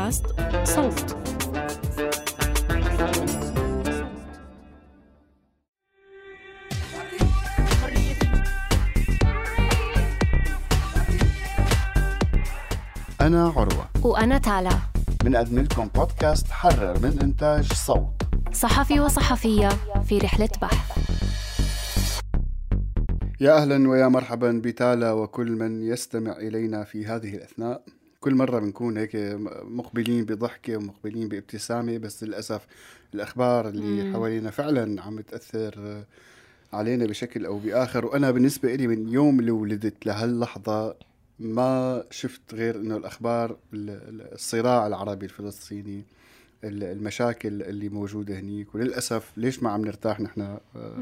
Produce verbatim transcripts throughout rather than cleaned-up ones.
بودكاست صوت. أنا عروة وأنا تالا، بنقدم لكم بودكاست حرر من إنتاج صوت، صحفي وصحفية في رحلة بحث. يا أهلا ويا مرحبا بتالا وكل من يستمع إلينا في هذه الأثناء. كل مرة بنكون هيك مقبلين بضحكة ومقبلين بابتسامة، بس للأسف الأخبار اللي مم. حوالينا فعلا عم تأثر علينا بشكل أو بآخر. وأنا بالنسبة إلي من يوم اللي ولدت لهاللحظة ما شفت غير إنه الأخبار الصراع العربي الفلسطيني، المشاكل اللي موجودة هنيك، وللأسف ليش ما عم نرتاح نحن؟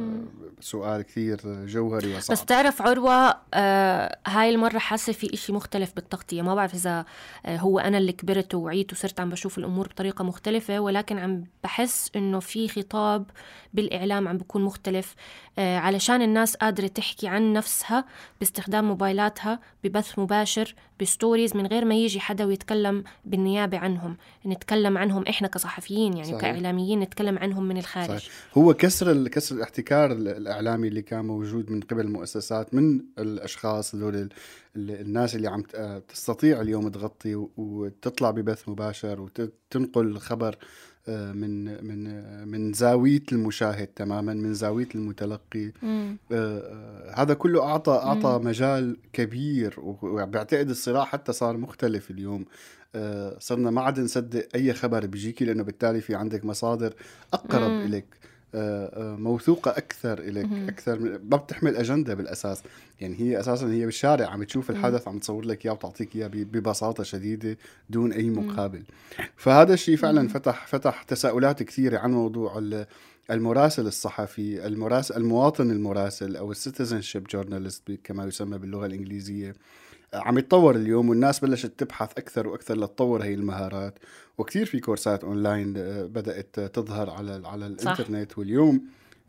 سؤال كثير جوهري وصعب. بس تعرف عروة، آه هاي المرة حاسة في إشي مختلف بالتغطية. ما بعرف إذا آه هو أنا اللي كبرت ووعيت وصرت عم بشوف الأمور بطريقة مختلفة، ولكن عم بحس إنه في خطاب بالإعلام عم بيكون مختلف، آه علشان الناس قادرة تحكي عن نفسها باستخدام موبايلاتها ببث مباشر بستوريز، من غير ما يجي حدا ويتكلم بالنيابة عنهم، نتكلم عنهم إحنا كصحفيين يعني. صحيح. وكإعلاميين نتكلم عنهم من الخارج. صحيح. هو كسر كسر الاحتكار الإعلامي اللي كان موجود من قبل المؤسسات، من الأشخاص ذول الناس اللي عم تستطيع اليوم تغطي وتطلع ببث مباشر وتنقل الخبر من من من زاوية المشاهد تماما، من زاوية المتلقي. آه هذا كله أعطى أعطى مم. مجال كبير، وبعتقد الصراع حتى صار مختلف اليوم. آه صرنا ما عاد نصدق أي خبر بيجيكي، لأنه بالتالي في عندك مصادر أقرب مم. إليك، آه آه موثوقة أكثر إليك، مم. أكثر من ما بتحمل أجندة بالأساس. يعني هي أساسا هي بالشارع عم تشوف الحدث، عم تصور لك إياه وتعطيك إياه ببساطة شديدة دون أي مقابل. مم. فهذا الشيء فعلا مم. فتح فتح تساؤلات كثيرة عن موضوع المراسل الصحفي، المراسل المواطن المراسل أو السيتيزنشيب جورناليست كما يسمى باللغة الإنجليزية. عم يتطور اليوم، والناس بلشت تبحث أكثر وأكثر لتطور هاي المهارات، وكثير في كورسات أونلاين بدأت تظهر على على الإنترنت. صح. واليوم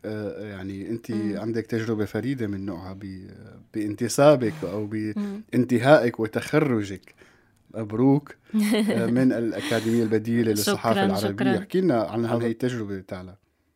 يعني أنت مم. عندك تجربة فريدة من نوعها بانتسابك أو بانتهائك وتخرجك، مبروك، من الأكاديمية البديلة للصحافة العربية. احكي لنا عن هاي التجربة تعالى.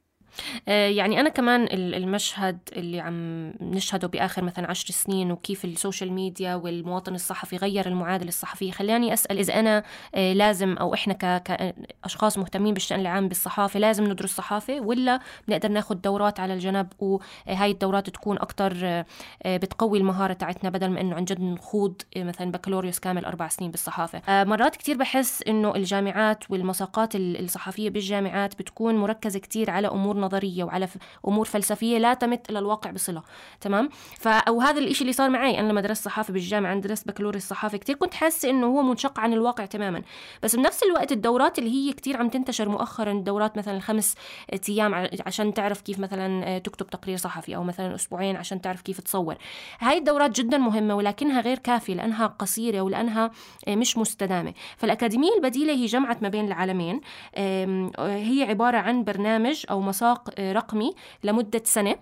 يعني أنا كمان المشهد اللي عم نشهده بآخر مثلا عشر سنين، وكيف السوشيال ميديا والمواطن الصحفي غير المعادلة الصحفية، خلاني أسأل إذا أنا لازم أو إحنا كأشخاص مهتمين بالشأن العام بالصحافة لازم ندرس صحافة، ولا بنقدر ناخد دورات على الجنب، وهاي الدورات تكون أكتر بتقوي المهارة تاعتنا، بدل ما إنه عن جد نخوض مثلا بكالوريوس كامل أربع سنين بالصحافة. مرات كتير بحس إنه الجامعات والمساقات الصحفية بالجامعات بتكون مركزة كتير على أمور نظرية وعلى أمور فلسفية لا تمت إلى الواقع بصلة. تمام. أو هذا الإشي اللي صار معي أنا لما درست صحافة بالجامعة، درست بكالوريوس الصحافة، كتير كنت حاسة إنه هو منشق عن الواقع تماما. بس بنفس الوقت الدورات اللي هي كتير عم تنتشر مؤخرا، الدورات مثلا الخمس أيام عشان تعرف كيف مثلا تكتب تقرير صحفي، أو مثلا أسبوعين عشان تعرف كيف تصور، هاي الدورات جدا مهمة، ولكنها غير كافية لأنها قصيرة ولأنها مش مستدامة. فالأكاديمية البديلة هي جمعة ما بين العالمين. هي عبارة عن برنامج أو مساق رقمي لمدة سنة،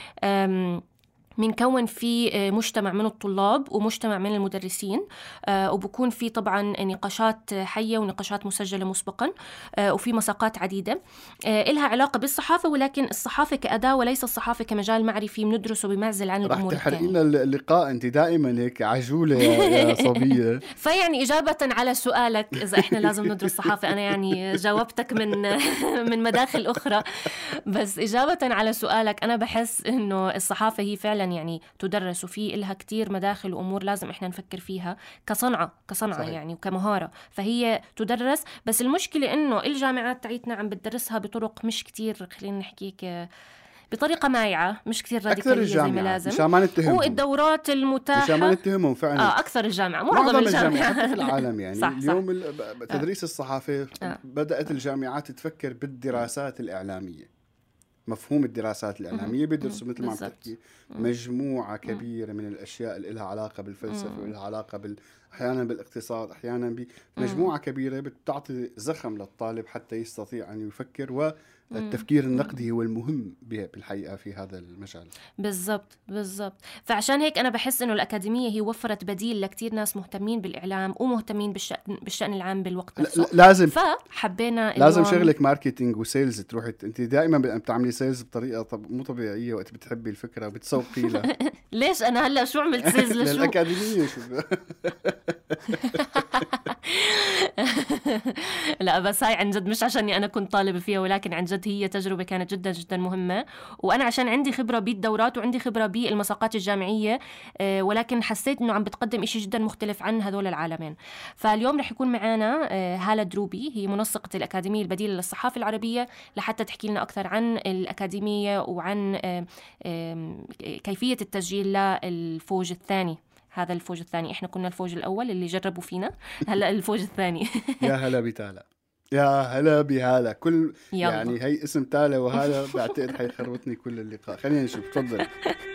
منكون في مجتمع من الطلاب ومجتمع من المدرسين، وبكون في طبعا نقاشات حية ونقاشات مسجلة مسبقا، وفي مساقات عديدة إلها علاقة بالصحافة، ولكن الصحافة كأداة وليس الصحافة كمجال معرفي بندرسه بمعزل عن الأمور الثانية. رح تحرقين اللقاء، أنت دائما هيك عجولة يا صبية. فيعني إجابة على سؤالك إذا إحنا لازم ندرس صحافة، أنا يعني جاوبتك من من مداخل أخرى، بس إجابة على سؤالك أنا بحس إنه الصحافة هي فعلا يعني تدرس، وفي إلها كتير مداخل وأمور لازم إحنا نفكر فيها كصنعة كصنعة صحيح. يعني وكمهارة، فهي تدرس. بس المشكلة إنه الجامعات تاعتنا عم بتدرسها بطرق مش كتير، خلينا نحكيك بطريقة مايعة، مش كتير راديكالية زي ما لازم. مشان ما نتهمهم، والدورات المتاحة مشان ما نتهمهم فعلا. آه أكثر الجامعة، معظم الجامعات في العالم يعني. صح اليوم صح. تدريس الصحافة آه. بدأت الجامعات تفكر بالدراسات الإعلامية، مفهوم الدراسات الإعلامية، بيدرسوا مثل ما عم تحكي مجموعة كبيرة من الأشياء اللي لها علاقة بالفلسفة واللي لها علاقة بال... أحيانا بالاقتصاد، أحيانا بمجموعة كبيرة بتعطي زخم للطالب حتى يستطيع أن يفكر التفكير النقدي هو المهم بالحقيقة في هذا المجال. بالضبط بالضبط. فعشان هيك أنا بحس إنه الأكاديمية هي وفرت بديل لكتير ناس مهتمين بالإعلام ومهتمين بالشأن, بالشأن العام بالوقت نفسه. لازم فحبينا لازم شغلك ماركتينج وسيلز، تروحي انت دائما بتعملي سيلز بطريقة طب مو طبيعية وقت بتحبي الفكرة وبتسوقي لها. ليش أنا هلأ شو عملت سيلز لشو؟ للأكاديمية شو. لا بس هاي عن جد مش عشاني أنا كنت طالبة فيها، ولكن عن جد هي تجربة كانت جدا جدا مهمة. وأنا عشان عندي خبرة بالدورات وعندي خبرة بالمساقات الجامعية، ولكن حسيت إنه عم بتقدم إشي جدا مختلف عن هذول العالمين. فاليوم رح يكون معنا هالة دروبي، هي منسقة الأكاديمية البديلة للصحافة العربية، لحتى تحكي لنا أكثر عن الأكاديمية وعن كيفية التسجيل للفوج الثاني. هذا الفوج الثاني، إحنا كنا الفوج الأول اللي جربوا فينا، هلأ الفوج الثاني. يا هلا بتالا، يا هلا بهالا كل يلا. يعني هي اسم تالا وهالا بعتقد حيخربطني كل اللقاء. خلينا نشوف، تفضل.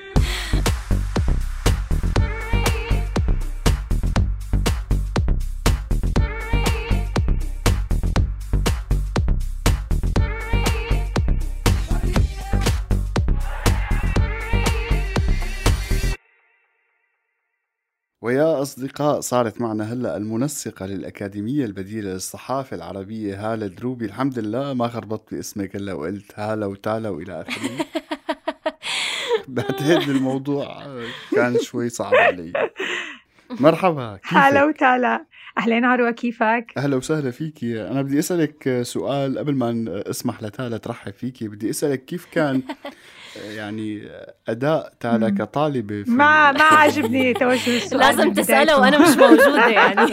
ويا أصدقاء، صارت معنا هلأ المنسقة للأكاديمية البديلة للصحافة العربية هالة دروبي. الحمد لله ما خربطت باسمك هلأ وقلت هالة وتالا وإلى آخره. بعتقد الموضوع كان شوي صعب علي. مرحبا، كيفك؟ هلا وتالا، أهلين عروة، كيفك؟ أهلا وسهلا فيكي. أنا بدي أسألك سؤال قبل ما اسمح لتالا ترحب فيكي. بدي أسألك كيف كان يعني أداء تالا كطالبة في ما ما عجبني توجه السؤال. لازم تسأله وأنا مش موجودة يعني.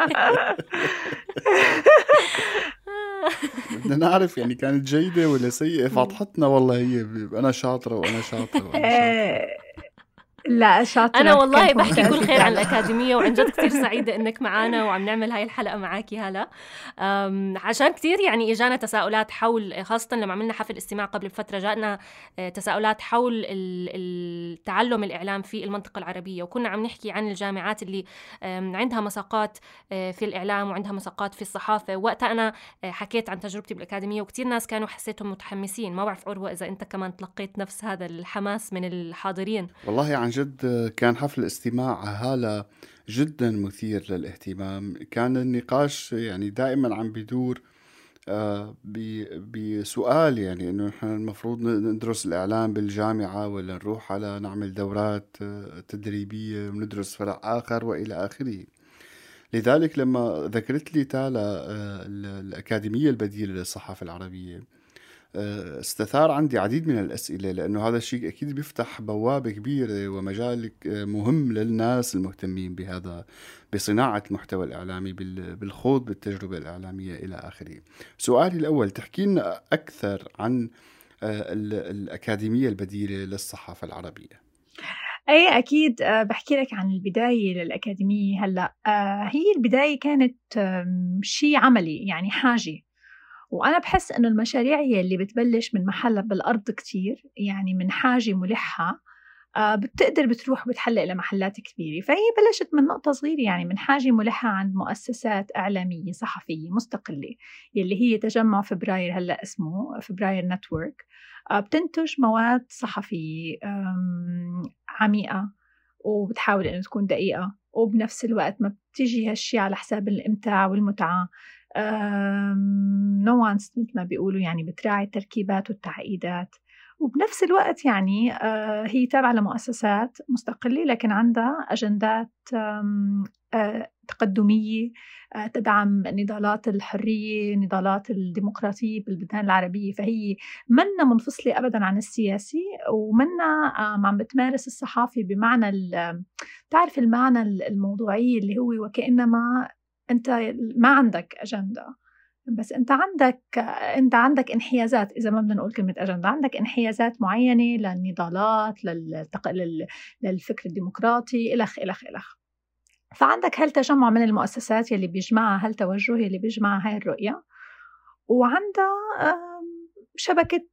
بدنا نعرف يعني كانت جيدة ولا سيئة. فاضحتنا والله، هي أنا شاطرة وأنا شاطرة وأنا شاطرة. لا شاطرة. أنا والله بحكي كل خير عن الأكاديمية، وعن جد كتير سعيدة إنك معانا وعم نعمل هاي الحلقة معاكي هلا. عشان كتير يعني إجانا تساؤلات حول، خاصة لما عملنا حفل استماع قبل فترة، جاءنا تساؤلات حول التعلم الإعلام في المنطقة العربية، وكنا عم نحكي عن الجامعات اللي عندها مساقات في الإعلام وعندها مساقات في الصحافة. وقتها أنا حكيت عن تجربتي بالأكاديمية، وكتير ناس كانوا حسيتهم متحمسين. ما بعرف عروة إذا أنت كمان تلقيت نفس هذا الحماس من الحاضرين. والله عن جد كان حفل استماع هالة جدا مثير للاهتمام. كان النقاش يعني دائما عم بيدور بسؤال، يعني إنه نحن المفروض ندرس الإعلام بالجامعة ولا نروح على نعمل دورات تدريبية وندرس فرع آخر وإلى آخره. لذلك لما ذكرت لي تالا الأكاديمية البديلة للصحافة العربية، استثار عندي عديد من الأسئلة، لأنه هذا الشيء أكيد بيفتح بوابة كبيرة ومجال مهم للناس المهتمين بهذا، بصناعة المحتوى الإعلامي، بالخوض بالتجربة الإعلامية إلى آخره. سؤالي الأول، تحكي لنا أكثر عن الأكاديمية البديلة للصحافة العربية. أي أكيد، بحكي لك عن البداية للأكاديمية. هلأ هي البداية كانت شيء عملي، يعني حاجة. وأنا بحس إنه المشاريع اللي بتبلش من محلها بالأرض كتير، يعني من حاجة ملحة بتقدر بتروح بتحلق لمحلات كبيرة. فهي بلشت من نقطة صغيرة، يعني من حاجة ملحة عند مؤسسات إعلامية صحفية مستقلة، يلي هي تجمع فبراير، هلأ اسمه فبراير نتورك، بتنتج مواد صحفية عميقة وبتحاول إنه تكون دقيقة، وبنفس الوقت ما بتيجي هالشي على حساب الإمتاع والمتعة. نوانس مثل ما بيقولوا، يعني بتراعي التركيبات والتعقيدات. وبنفس الوقت يعني هي تابعة لمؤسسات مستقلة، لكن عندها أجندات تقدمية تدعم نضالات الحرية، نضالات الديمقراطية بالبلدان العربية. فهي منا منفصلة أبدا عن السياسي، ومنا عم بتمارس الصحافة بمعنى تعرف المعنى الموضوعي، اللي هو وكأنما أنت ما عندك أجندة، بس أنت عندك أنت عندك انحيازات. إذا ما بدنا نقول كلمة أجندة، عندك انحيازات معينة للنضالات، للتق... لل... للفكر الديمقراطي، إلخ إلخ إلخ. فعندك هالتجمع من المؤسسات يلي بيجمعها هالتوجه، يلي بيجمعها هاي الرؤية، وعندها شبكة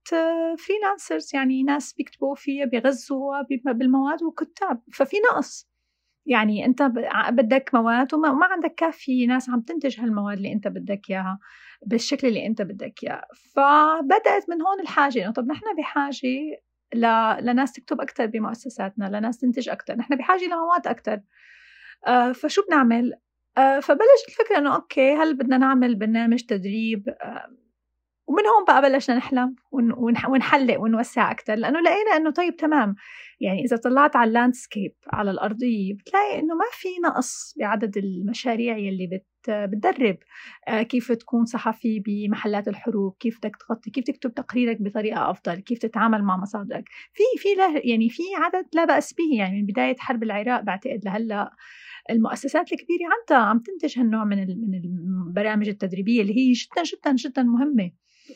فريلانسرز، يعني ناس بيكتبوا فيها، بيغذوا بالمواد، وكتاب. ففي نقص، يعني أنت بدك مواد وما, وما عندك كافي ناس عم تنتج هالمواد اللي أنت بدك إياها بالشكل اللي أنت بدك إياه. فبدأت من هون الحاجة، طب نحن بحاجة ل... لناس تكتب أكتر بمؤسساتنا، لناس تنتج أكتر، نحن بحاجة لمواد أكتر. آه فشو بنعمل؟ آه فبلش الفكرة إنه أوكي هل بدنا نعمل برنامج تدريب؟ آه ومن هون بقى بلشنا نحلم ونحلق ونوسع أكتر، لأنه لقينا إنه طيب تمام، يعني إذا طلعت على اللاندسكيب على الأرضية بتلاقي إنه ما في نقص بعدد المشاريع يلي بت بتدرب آه كيف تكون صحفي بمحلات الحروب، كيف بدك تغطي، كيف تكتب تقريرك بطريقة أفضل، كيف تتعامل مع مصادرك. في في لا يعني في عدد لا بأس به، يعني من بداية حرب العراق بعتقد لهلا المؤسسات الكبيرة عندها عم تنتج هالنوع من من البرامج التدريبية اللي هي جدا جدا جدا مهمة.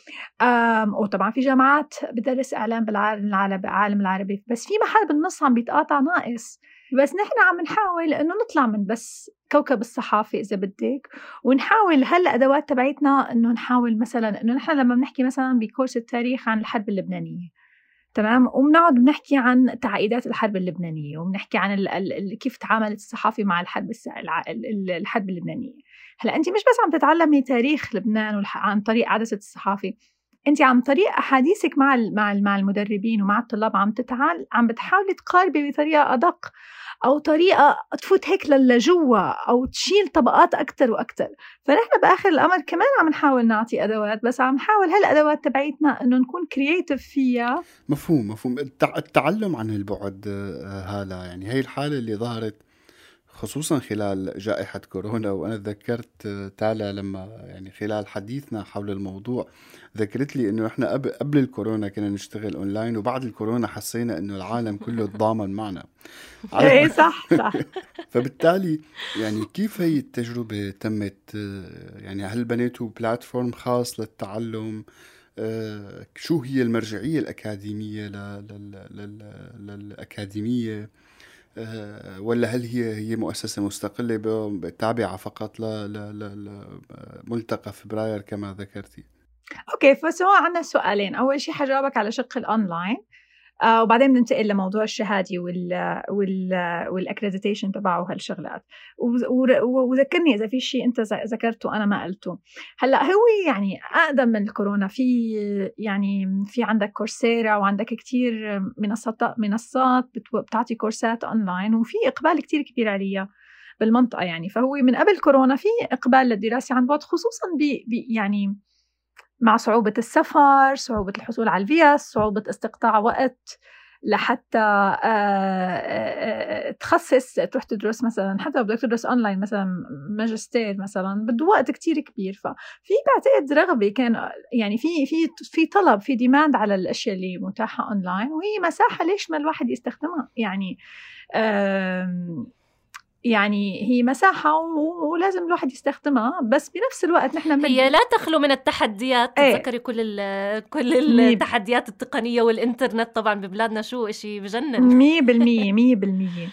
وطبعا في جامعات بدرس إعلام بالعالم العربي، بس في محل بالنص عم بيتقاطع ناقص. بس نحن عم نحاول إنه نطلع من بس كوكب الصحافة إذا بدك، ونحاول هلا الأدوات تبعتنا إنه نحاول مثلا إنه نحن لما بنحكي مثلا بكورس التاريخ عن الحرب اللبنانية، تمام، وبنقعد بنحكي عن تعقيدات الحرب اللبنانية، وبنحكي عن ال ال كيف تعاملت الصحافة مع الحرب الحرب اللبنانية. هلا أنت مش بس عم تتعلمي تاريخ لبنان عن طريق عدسة الصحافة، أنت عن طريق أحاديثك مع مع مع المدربين ومع الطلاب عم تتعال عم بتحاولي تقاربي بطريقة أدق، أو طريقة تفوت هيك للجوا، أو تشيل طبقات أكتر وأكتر. فنحن بآخر الأمر كمان عم نحاول نعطي أدوات، بس عم نحاول هالأدوات تبعيتنا إنه نكون كرياتيف فيها. مفهوم مفهوم التعلم عن البعد هلا، يعني هي الحالة اللي ظهرت خصوصا خلال جائحة كورونا. وأنا تذكرت تالا لما يعني خلال حديثنا حول الموضوع ذكرت لي إنه إحنا قبل, قبل الكورونا كنا نشتغل أونلاين، وبعد الكورونا حسينا إنه العالم كله تضامن معنا. إيه صح صح. فبالتالي يعني كيف هي التجربة تمت؟ يعني هل بنيتوا بلاتفورم خاص للتعلم؟ شو هي المرجعية الأكاديمية للأكاديمية؟ أه ولا هل هي هي مؤسسة مستقلة تابعة فقط لملتقى فبراير كما ذكرتي؟ أوكي، فسواء عنا سؤالين. أول شيء حجاوبك على شق الأونلاين، آه وبعدين بننتقل لموضوع الشهادة وال وال والأكريديتيشن تبعه هالشغلات. وذكرني إذا في شيء أنت ذكرته أنا ما قلته. هلا هو يعني أقدم من الكورونا في يعني في عندك كورسيرا وعندك كتير منصات منصات بتعطي كورسات أونلاين، وفي إقبال كتير كبير عليها بالمنطقة يعني. فهو من قبل كورونا في إقبال للدراسة عن بعد، خصوصا ب يعني مع صعوبة السفر، صعوبة الحصول على الفيز، صعوبة استقطاع وقت لحتى تخصص تروح تدرس مثلا، حتى لو بدك تدرس أونلاين مثلا ماجستير مثلا بده وقت كتير كبير. ففي بعتقد رغبة كان يعني في في في طلب، في ديماند على الأشياء اللي متاحة أونلاين، وهي مساحة ليش ما الواحد يستخدمها يعني. يعني هي مساحة ولازم الواحد يستخدمها، بس بنفس الوقت نحن هي لا تخلو من التحديات. ايه. تذكري كل كل التحديات التقنية والإنترنت طبعا ببلادنا شو إشي بجنن. مية بالمية مية بالمية.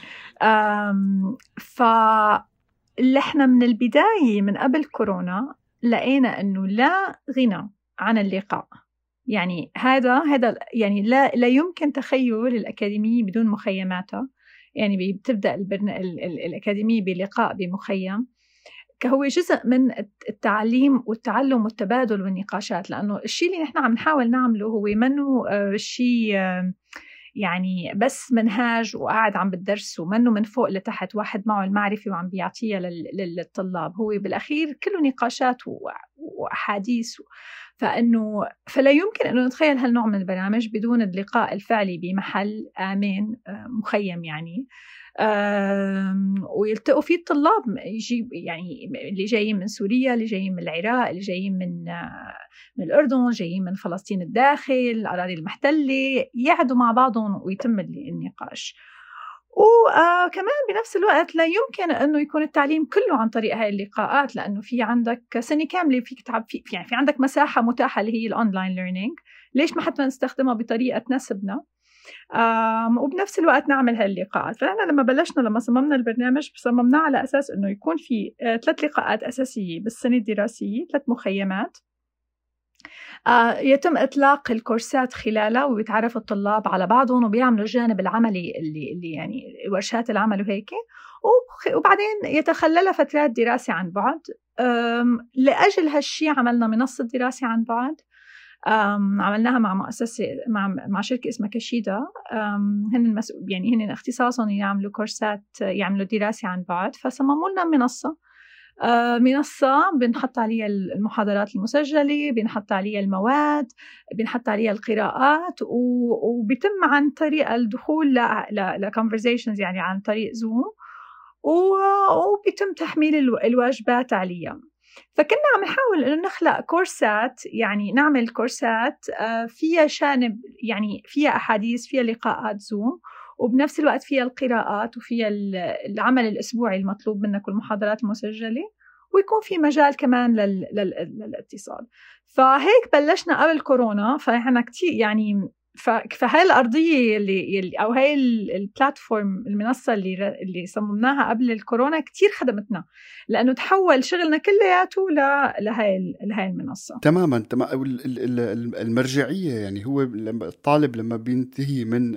فاللي احنا من البداية من قبل كورونا لقينا انه لا غنى عن اللقاء. يعني هذا هذا يعني لا لا يمكن تخيل الأكاديمية بدون مخيماتها. يعني بتبدأ البرن... ال... ال... الأكاديمية بلقاء بمخيم كهو جزء من التعليم والتعلم والتبادل والنقاشات، لأنه الشيء اللي نحن عم نحاول نعمله هو منه شيء يعني بس منهاج وقاعد عم بتدرسه، منه من فوق لتحت واحد معه المعرفة وعم بيعطيها لل... للطلاب. هو بالأخير كله نقاشات و... وأحاديث و... فإنه فلا يمكن أنه نتخيل هالنوع من البرامج بدون اللقاء الفعلي بمحل آمن مخيم يعني، ويلتقوا فيه الطلاب يجيب يعني اللي جايين من سوريا، اللي جايين من العراق، اللي جايين من من الأردن، جايين من فلسطين الداخل، الأراضي المحتلة، يقعدوا مع بعضهم ويتم النقاش. وكمان بنفس الوقت لا يمكن أنه يكون التعليم كله عن طريق هاي اللقاءات، لأنه في عندك سنة كاملة فيك تعب في يعني في عندك مساحة متاحة اللي هي الأونلاين ليرنينج، ليش ما حتى نستخدمها بطريقة تناسبنا وبنفس الوقت نعمل هاي اللقاءات. فإحنا لما بلشنا لما صممنا البرنامج صممناه على أساس أنه يكون في ثلاث لقاءات أساسية بالسنة الدراسية، ثلاث مخيمات آه يتم إطلاق الكورسات خلالها، ويتعرف الطلاب على بعضهم، وبيعملوا الجانب العملي اللي, اللي يعني ورشات العمل وهيك، وبعدين يتخللها فترات دراسة عن بعد. لأجل هالشي عملنا منصة دراسة عن بعد، عملناها مع مؤسسة مع مع شركة اسمها كشيدا. هن المسؤول يعني هن اختصاصهم يعملوا كورسات، يعملوا دراسة عن بعد، فصمموا لنا منصة منصة بنحط عليها المحاضرات المسجلة، بنحط عليها المواد، بنحط عليها القراءات، وبيتم عن طريق الدخول ل conversations يعني عن طريق زوم، وبيتم تحميل الواجبات عليها. فكنا عم نحاول إنه نخلق كورسات، يعني نعمل كورسات فيها جانب يعني فيها أحاديث، فيها لقاءات زوم، وبنفس الوقت فيها القراءات، وفيها العمل الأسبوعي المطلوب منك والمحاضرات المسجلة، ويكون في مجال كمان لل... لل... للاتصال. فهيك بلشنا قبل كورونا. فإحنا كتير يعني ف... فهاي الأرضية اللي... اللي أو هاي البلاتفورم المنصة اللي اللي صممناها قبل الكورونا كتير خدمتنا، لأنه تحول شغلنا كلياته ل... لهاي لهاي المنصة. تماما. تمام. المرجعية يعني هو لما الطالب لما بينتهي من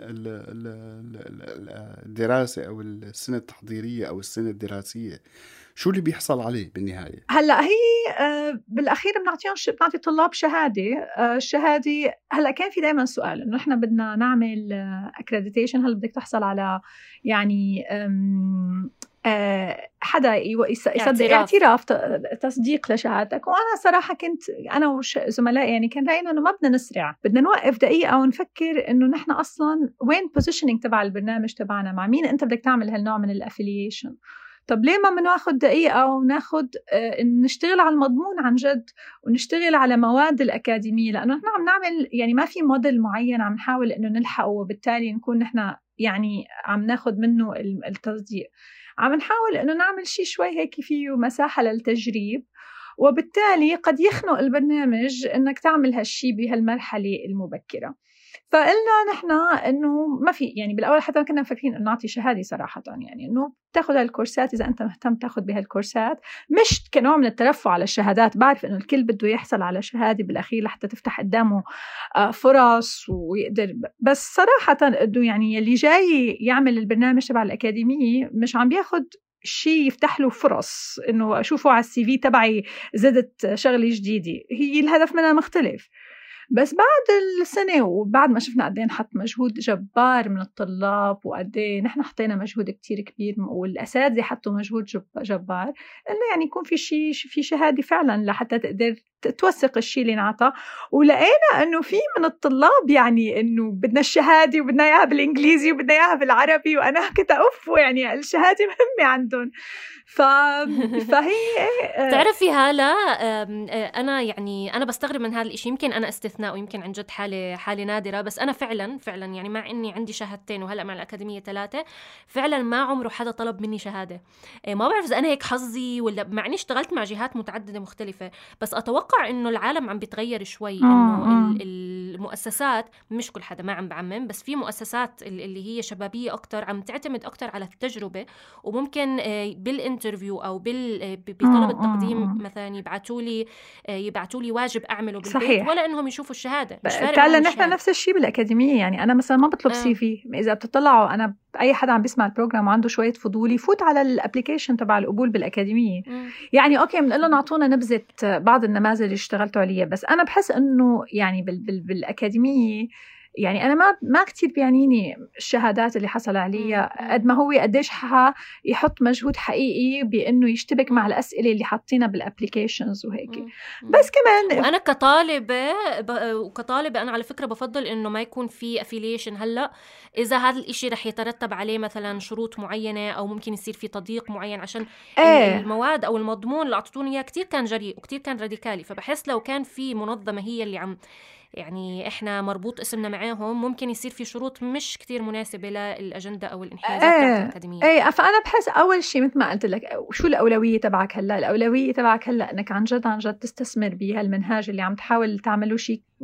الدراسة أو السنة التحضيرية أو السنة الدراسية، شو اللي بيحصل عليه بالنهاية؟ هلأ هي بالأخير بنعطيهم بنعطي الطلاب شهادة. الشهادة هلأ كان في دايما سؤال إنه إحنا بدنا نعمل accreditation، هل بدك تحصل على يعني حدا يصدق اعتراف تصديق لشهادتك. وأنا صراحة كنت أنا وزملائي يعني كان رأينا إنه ما بدنا نسرع، بدنا نوقف دقيقة ونفكر إنه نحن أصلا وين positioning تبع البرنامج تبعنا، مع مين أنت بدك تعمل هالنوع من الأفيليشن. طب ليه ما بناخد دقيقة وناخد اه نشتغل على المضمون عن جد، ونشتغل على مواد الأكاديمية، لأنه نحن عم نعمل يعني ما في موديل معين عم نحاول إنه نلحقه، وبالتالي نكون نحن يعني عم ناخد منه التصديق. عم نحاول إنه نعمل شيء شوي هيك فيه مساحة للتجريب، وبالتالي قد يخنق البرنامج إنك تعمل هالشي بهالمرحلة المبكرة. فقلنا نحن إنه ما في يعني بالأول حتى كنا مفكرين إنه نعطي شهادة صراحة، يعني إنه تاخذ هالكورسات إذا أنت مهتم تاخذ بهالكورسات، مش كنوع من الترفع على الشهادات. بعرف إنه الكل بده يحصل على شهادة بالأخير لحتى تفتح قدامه فرص ويقدر، بس صراحة إنه يعني اللي جاي يعمل البرنامج تبع الأكاديمية مش عم بياخد شيء يفتح له فرص إنه أشوفه على السي في تبعي زدت شغلة جديدة. هي الهدف منها مختلف. بس بعد السنة وبعد ما شفنا قدين حط مجهود جبار من الطلاب، وقدين نحن حطينا مجهود كتير كبير، والأساتذة حطوا مجهود جبار، إنه يعني يكون في شيء في شهادة فعلا لحتى تقدر توثق الشيء اللي نعطى. ولقينا إنه في من الطلاب يعني إنه بدنا الشهادة وبدنا إياها بالإنجليزي وبدنا إياها بالعربي، وأنا كنت أوف يعني الشهادة مهمة عندهم. ف... فهي تعرفي هلا أنا يعني أنا بستغرب من هذا الإشي، يمكن أنا استثناء ويمكن عن جد حالة حالة نادرة، بس أنا فعلا فعلا يعني مع إني عندي شهادتين وهلأ مع الأكاديمية ثلاثة، فعلا ما عمره حدا طلب مني شهادة. ما بعرف إذا أنا هيك حظي ولا، مع إني اشتغلت مع جهات متعددة مختلفة، بس أتوقع إنه العالم عم بيتغير شوي. إنه المؤسسات مش كل حدا، ما عم بعمم، بس في مؤسسات اللي هي شبابية أكتر عم تعتمد أكتر على التجربة، وممكن بالانترفيو أو بطلب التقديم مثلا يبعتولي يبعتولي واجب أعمله بالبيت، صحيح، ولا إنهم يشوفوا الشهادة. تعالى نحن نفس الشيء بالأكاديمية. يعني أنا مثلا ما بطلب آه. سي في. إذا بتطلعوا أنا أي حدا عم بيسمع البروجرام وعنده شوية فضول يفوت على الابليكيشن تبع القبول بالأكاديمية. م. يعني أوكي بنقول لهم أعطونا نبذة بعض النماذج اللي اشتغلتوا عليها، بس أنا بحس إنه يعني بال بال بالأكاديمية يعني أنا ما ما كتير بيعنيني الشهادات اللي حصل عليها قد ما هو قديش يحط مجهود حقيقي بأنه يشتبك مع الأسئلة اللي حاطينها بالابليكيشنز وهيك. بس كمان وأنا كطالبة وكطالبة أنا على فكرة بفضل إنه ما يكون في affiliation. هلأ إذا هذا الإشي رح يترتب عليه مثلا شروط معينة أو ممكن يصير في تضييق معين، عشان ايه؟ المواد أو المضمون اللي أعطوني إياه كتير كان جريء وكتير كان راديكالي. فبحس لو كان في منظمة هي اللي عم يعني إحنا مربوط اسمنا معاهم، ممكن يصير في شروط مش كتير مناسبة للأجندة أو الانحيازات ايه تبع الأكاديمية. ايه فأنا بحس أول شيء مثل ما قلت لك، شو الأولوية تبعك هلا؟ الأولوية تبعك هلا إنك عن جد عن جد تستثمر بهالمنهاج اللي عم تحاول تعمله شيء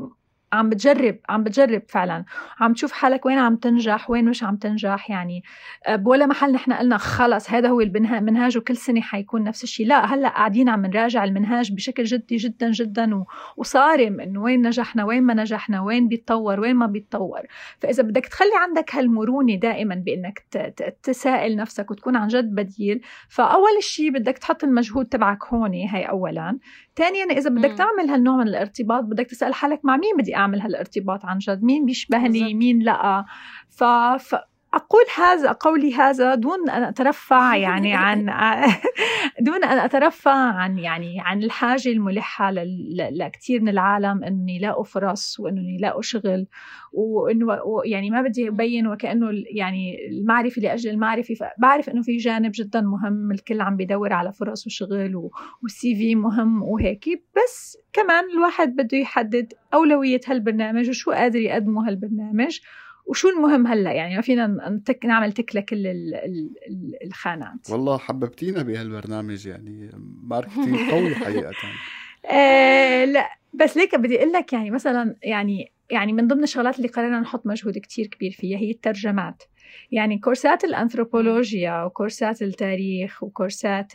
عم بتجرب عم بتجرب فعلا، عم تشوف حالك وين عم تنجح وين مش عم تنجح. يعني بولا محل نحن قلنا خلص هذا هو المنهاج وكل سنة حيكون نفس الشيء، لا هلأ قاعدين عم نراجع المنهاج بشكل جدي جدا جدا وصارم إنه وين نجحنا وين ما نجحنا، وين بيتطور وين ما بيتطور. فإذا بدك تخلي عندك هالمرونة دائما بإنك تسائل نفسك وتكون عن جد بديل، فأول شيء بدك تحط المجهود تبعك هون، هاي أولا. ثانيا إذا بدك تعمل هالنوع من الارتباط بدك تسأل حالك مع مين بدي أعمل هالارتباط عن جد، مين بيشبهني مين لا. ف... ف... أقول هذا قولي هذا دون أن أترفع يعني عن دون أن أترفع عن يعني عن الحاجة الملحة لكثير من العالم إنه يلاقوا فرص وإنه يلاقوا شغل، وإنه يعني ما بدي أبين وكأنه يعني المعرفة لأجل المعرفة. بعرف إنه في جانب جدا مهم، الكل عم بيدور على فرص وشغل والسي في مهم وهيك، بس كمان الواحد بده يحدد أولوية هالبرنامج وشو قادر يقدمه هالبرنامج وشو المهم هلأ. يعني ما فينا نتك نعمل تكلة كل الخانات. والله حببتينا بهالبرنامج، يعني ماركتينج قوي حقيقة. آه لا بس ليك بدي أقول لك يعني مثلا يعني يعني من ضمن الشغلات اللي قررنا نحط مجهود كتير كبير فيها هي الترجمات. يعني كورسات الأنثروبولوجيا وكورسات التاريخ وكورسات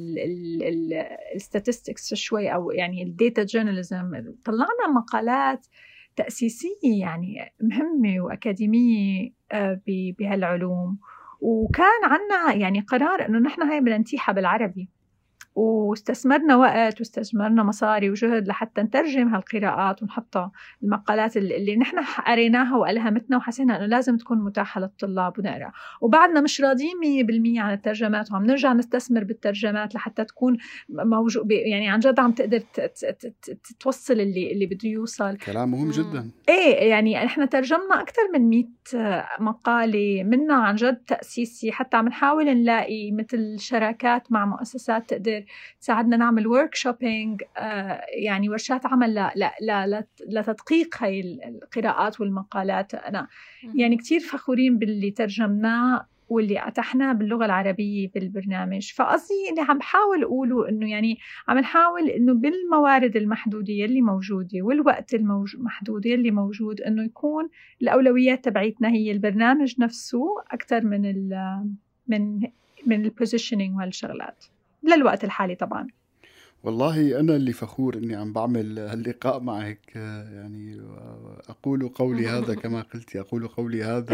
الستاتستكس شوي أو يعني الديتا جورناليزم، طلعنا مقالات تأسيسية يعني مهمة وأكاديمية بهالعلوم، وكان عنا يعني قرار إنه نحن هاي بدنا نتيحها بالعربي، واستثمرنا وقت واستثمرنا مصاري وجهد لحتى نترجم هالقراءات ونحطها المقالات اللي نحن قريناها وألهمتنا وحسينا أنه لازم تكون متاحة للطلاب ونقرأ. وبعدنا مش راضيين مية بالمية عن الترجمات وعم نرجع نستثمر بالترجمات لحتى تكون موجود يعني عن جد عم تقدر توصل اللي اللي بده يوصل. كلام مهم جدا. ايه يعني نحن ترجمنا أكثر من مية مقالة منها عن جد تأسيسي، حتى عم نحاول نلاقي مثل شراكات مع مؤسسات تقدر تساعدنا نعمل ورك شوبينج، آه يعني ورشات عمل لا لا لا لتدقيق هاي القراءات والمقالات. أنا يعني كتير فخورين باللي ترجمناه واللي أتحناه باللغة العربية بالبرنامج. فقصدي اللي عم بحاول أقوله إنه يعني عم نحاول إنه بالموارد المحدودة اللي موجودة والوقت المحدود اللي موجود إنه يكون الأولويات تبعيتنا هي البرنامج نفسه أكتر من ال من من البوزيشنينج وهالشغلات للوقت الحالي. طبعا والله أنا اللي فخور إني عم بعمل هاللقاء معك، يعني أقول قولي هذا كما قلت، أقول قولي هذا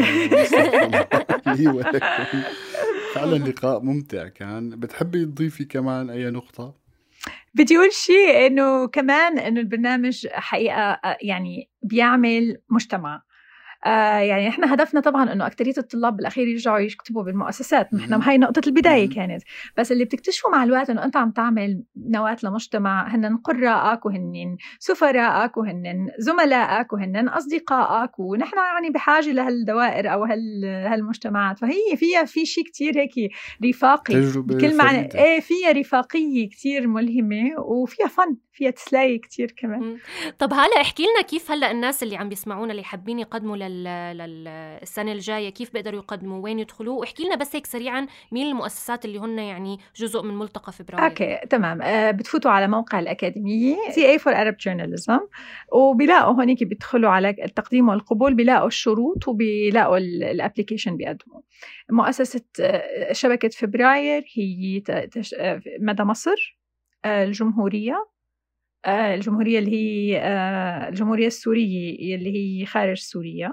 لي ولكم. فعلا لقاء ممتع كان. بتحبي تضيفي كمان أي نقطة؟ بدي أقول شيء إنه كمان إنه البرنامج حقيقة يعني بيعمل مجتمع. آه يعني إحنا هدفنا طبعاً إنه أكترية الطلاب بالأخير يرجعوا يكتبوا بالمؤسسات، نحن هاي نقطة البداية كانت. بس اللي بتكتشفوا مع الوقت إنه أنت عم تعمل نواة لمجتمع، هن قراءك وهن سفراءك وهن زملائك وهن أصدقائك، ونحن يعني بحاجة لهالدوائر أو هال هالمجتمعات. فهي فيها في شيء كتير هيك رفاقي بكل معنى، إيه فيها رفاقية كتير ملهمة وفيها فن، فيها تسلاي كتير كمان. طب هلا احكي لنا كيف هلا الناس اللي عم بيسمعونا اللي حابين يقدموا للسنة الجاية كيف بيقدروا يقدموا، وين يدخلوا، واحكي لنا بس هيك سريعا مين المؤسسات اللي هن يعني جزء من ملتقى فبراير. اوكي تمام. أه بتفوتوا على موقع الأكاديمية سي إيه فور Arab Journalism وبيلاقوا هونيك بيدخلوا على التقديم والقبول، بيلاقوا الشروط وبيلاقوا الابليكيشن بيقدموا. مؤسسة شبكة فبراير هي مدى مصر، الجمهورية، الجمهورية اللي هي الجمهورية السورية اللي هي خارج سوريا،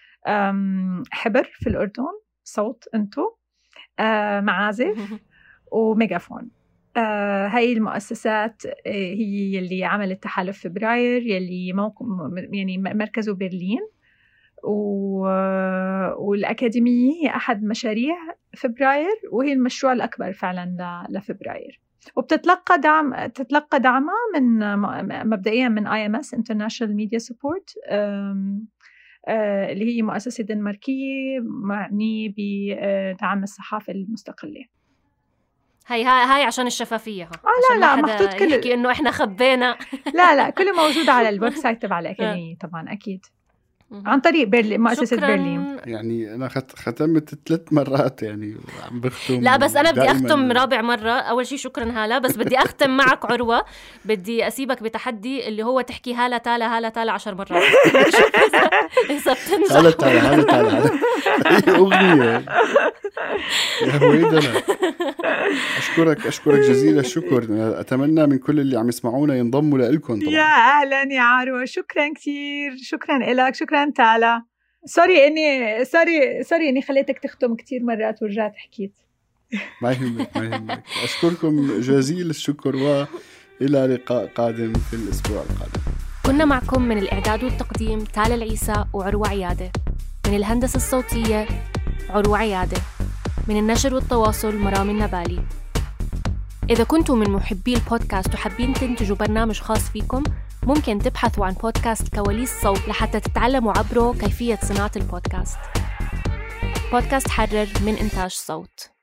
حبر في الأردن، صوت أنتو، معازف، وميجافون. هاي المؤسسات هي اللي عملت تحالف فبراير يلي موقع يعني مركزه برلين، والأكاديمية هي أحد مشاريع فبراير وهي المشروع الأكبر فعلا لفبراير، وبتتلقى دعم تتلقى دعمها من مبدئيا من آي إم إس International Media Support اللي هي مؤسسة دنماركية معنية بدعم الصحافة المستقلة. هاي هاي هاي عشان الشفافية. ها آه لا لا محطوط كل يحكي إنه إحنا خبينا. لا لا كله موجود على الويب سايت تبع الأكاديمية طبعا أكيد. عن طريق برلين، مؤسسة شكراً. برلين. يعني أنا خت... ختمت ثلاث مرات يعني عم بختم. لا بس أنا بدي دائماً. أختم رابع مرة. أول شيء شكراً هالة، بس بدي أختم معك عروة. بدي أسيبك بتحدي اللي هو تحكي هالة تالا هالة تالا عشر مرات. إذا بتنجح. هالة تالا هالة تالا هي أغنية يا هويدنا. أشكرك أشكرك جزيل الشكر. أتمنى من كل اللي عم يسمعونا ينضموا لإلكم طبعا. يا أهلا يا عروة، شكرا كتير. شكرا إلك، شكرا تالا. سوري إني سوري سوري إني خليتك تختم كتير مرات ورجعت حكيت. ما يهمك ما يهمك. أشكركم جزيل الشكر، وإلى لقاء قادم في الأسبوع القادم. كنا معكم من الإعداد والتقديم تالا العيسى وعروة عيادة، من الهندسة الصوتية عروة عيادة، من النشر والتواصل مرام النبالي. إذا كنتم من محبي البودكاست وحابين تنتجوا برنامج خاص فيكم، ممكن تبحثوا عن بودكاست كواليس صوت لحتى تتعلموا عبره كيفية صناعة البودكاست. بودكاست حرر من إنتاج صوت.